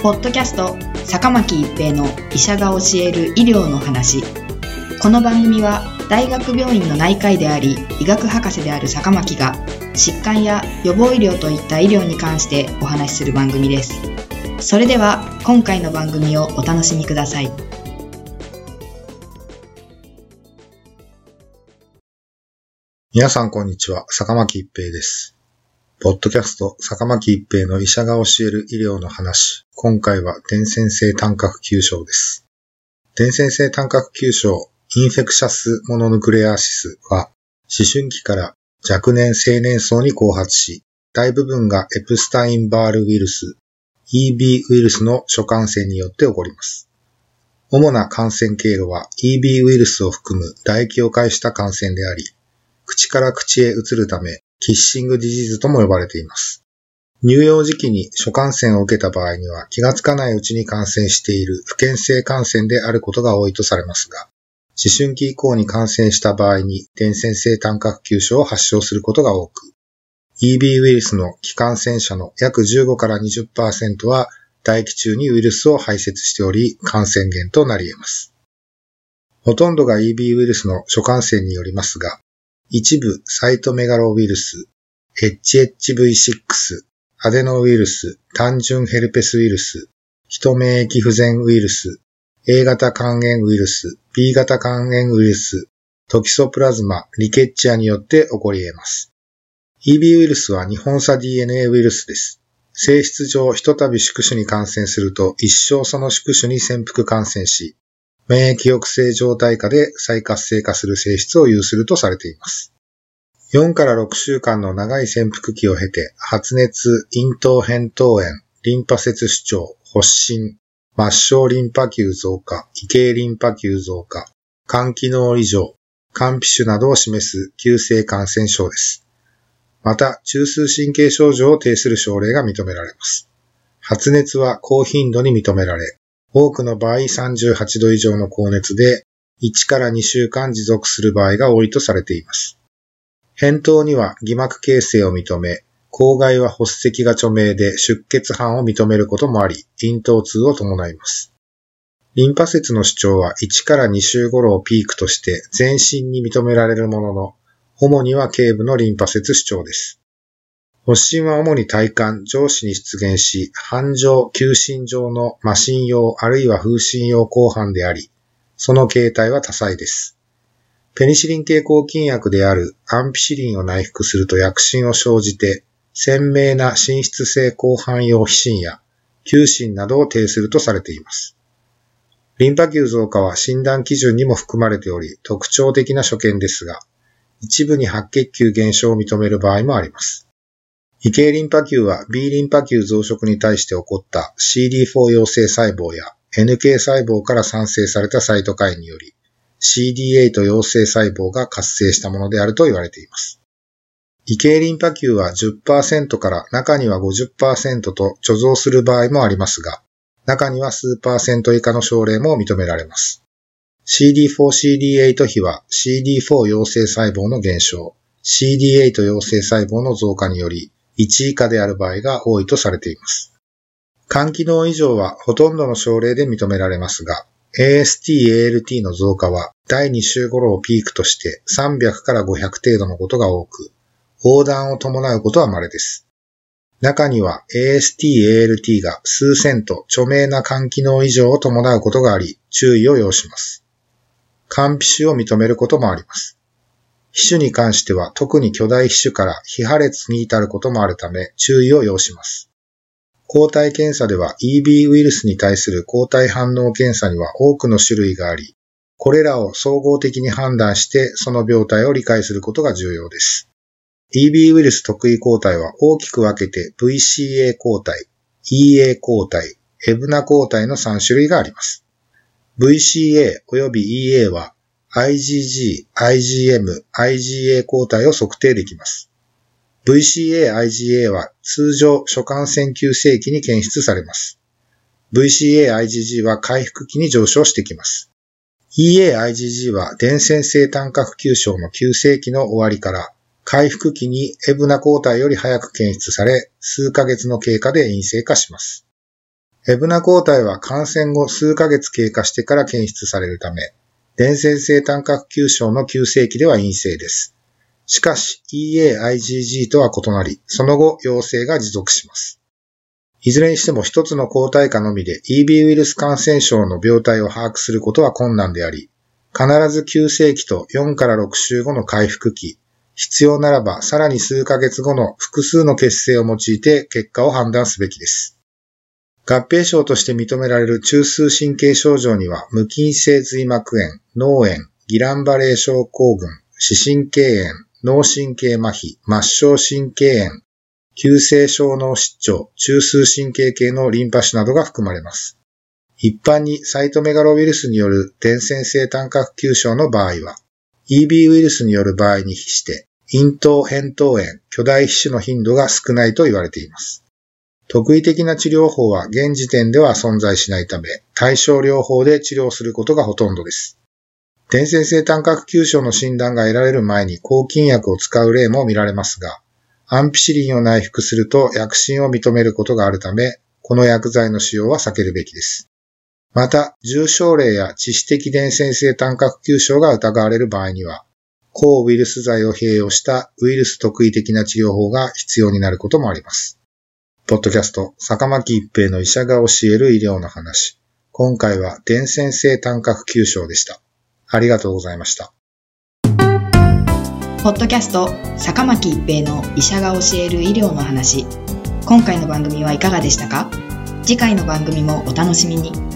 ポッドキャスト坂巻一平の医者が教える医療の話。この番組は大学病院の内科医であり医学博士である坂巻が疾患や予防医療といった医療に関してお話しする番組です。それでは今回の番組をお楽しみください。 皆さんこんにちは、坂巻一平です。ポッドキャスト坂巻一平の医者が教える医療の話。今回は伝染性単核球症です。伝染性単核球症、インフェクシャスモノヌクレアシスは、思春期から若年青年層に後発し、大部分がエプスタインバールウイルス、EB ウイルスの初感染によって起こります。主な感染経路は EB ウイルスを含む唾液を介した感染であり、口から口へ移るため、キッシングディジーズとも呼ばれています。乳幼児期に初感染を受けた場合には気がつかないうちに感染している不検性感染であることが多いとされますが、思春期以降に感染した場合に伝染性単核球症を発症することが多く、EB ウイルスの既感染者の約15から 20% は唾液中にウイルスを排泄しており、感染源となり得ます。ほとんどが EB ウイルスの初感染によりますが、一部サイトメガロウイルス、HHV6、アデノウイルス、単純ヘルペスウイルス、ヒト免疫不全ウイルス、A 型肝炎ウイルス、B 型肝炎ウイルス、トキソプラズマ、リケッチアによって起こり得ます。EB ウイルスは日本差 DNA ウイルスです。性質上、ひとたび宿主に感染すると一生その宿主に潜伏感染し、免疫抑制状態下で再活性化する性質を有するとされています。4から6週間の長い潜伏期を経て、発熱、咽頭扁桃炎、リンパ節腫脹、発疹、末梢リンパ球増加、異形リンパ球増加、肝機能異常、肝皮腫などを示す急性感染症です。また、中枢神経症状を呈する症例が認められます。発熱は高頻度に認められ、多くの場合38度以上の高熱で1から2週間持続する場合が多いとされています。扁桃には偽膜形成を認め、口外は発石が著名で出血斑を認めることもあり、咽頭痛を伴います。リンパ節の主張は1から2週頃をピークとして全身に認められるものの、主には頸部のリンパ節主張です。発疹は主に体幹、上肢に出現し、斑状、球疹状の麻疹様あるいは風疹様後斑であり、その形態は多彩です。ペニシリン系抗菌薬であるアンピシリンを内服すると薬疹を生じて、鮮明な滲出性後斑様皮疹や球疹などを呈するとされています。リンパ球増加は診断基準にも含まれており、特徴的な所見ですが、一部に白血球減少を認める場合もあります。異形リンパ球は B リンパ球増殖に対して起こった CD4 陽性細胞や NK 細胞から産生されたサイトカインにより CD8 陽性細胞が活性したものであると言われています。異形リンパ球は 10% から中には 50% と貯蔵する場合もありますが、中には数%以下の症例も認められます。CD4-CD8 比は CD4 陽性細胞の減少、CD8 陽性細胞の増加により1以下である場合が多いとされています。肝機能異常はほとんどの症例で認められますが、AST-ALT の増加は第2週頃をピークとして300から500程度のことが多く、横断を伴うことは稀です。中には AST-ALT が数千と著名な肝機能異常を伴うことがあり、注意を要します。肝皮腫を認めることもあります。皮腫に関しては特に巨大皮腫から非破裂に至ることもあるため注意を要します。抗体検査では EB ウイルスに対する抗体反応検査には多くの種類があり、これらを総合的に判断してその病態を理解することが重要です。EB ウイルス特異抗体は大きく分けて VCA 抗体、EA 抗体、エブナ抗体の3種類があります。VCA および EA はIgG、IgM、IgA 抗体を測定できます。VCA、IgA は通常初感染急性期に検出されます。VCA、IgG は回復期に上昇してきます。EA、IgG は伝染性単核球症の急性期の終わりから回復期にエブナ抗体より早く検出され、数ヶ月の経過で陰性化します。 エブナ抗体は感染後数ヶ月経過してから検出されるため、伝染性単核球症の急性期では陰性です。しかし EA-IgG とは異なり、その後陽性が持続します。いずれにしても一つの抗体価のみで EB ウイルス感染症の病態を把握することは困難であり、必ず急性期と4から6週後の回復期、必要ならばさらに数ヶ月後の複数の血清を用いて結果を判断すべきです。合併症として認められる中枢神経症状には、無菌性髄膜炎、脳炎、ギランバレー症候群、視神経炎、脳神経麻痺、末梢神経炎、急性小脳失調、中枢神経系のリンパ腫などが含まれます。一般にサイトメガロウイルスによる伝染性単核球症の場合は、EB ウイルスによる場合に比して、咽頭扁桃炎、巨大皮腫の頻度が少ないと言われています。特異的な治療法は現時点では存在しないため、対症療法で治療することがほとんどです。伝染性単核球症の診断が得られる前に抗菌薬を使う例も見られますが、アンピシリンを内服すると薬浸を認めることがあるため、この薬剤の使用は避けるべきです。また、重症例や致死的伝染性単核球症が疑われる場合には、抗ウイルス剤を併用したウイルス特異的な治療法が必要になることもあります。ポッドキャスト、坂巻一平の医者が教える医療の話。今回は伝染性単核球症でした。ありがとうございました。 ポッドキャスト、坂巻一平の医者が教える医療の話。今回の番組はいかがでしたか？次回の番組もお楽しみに。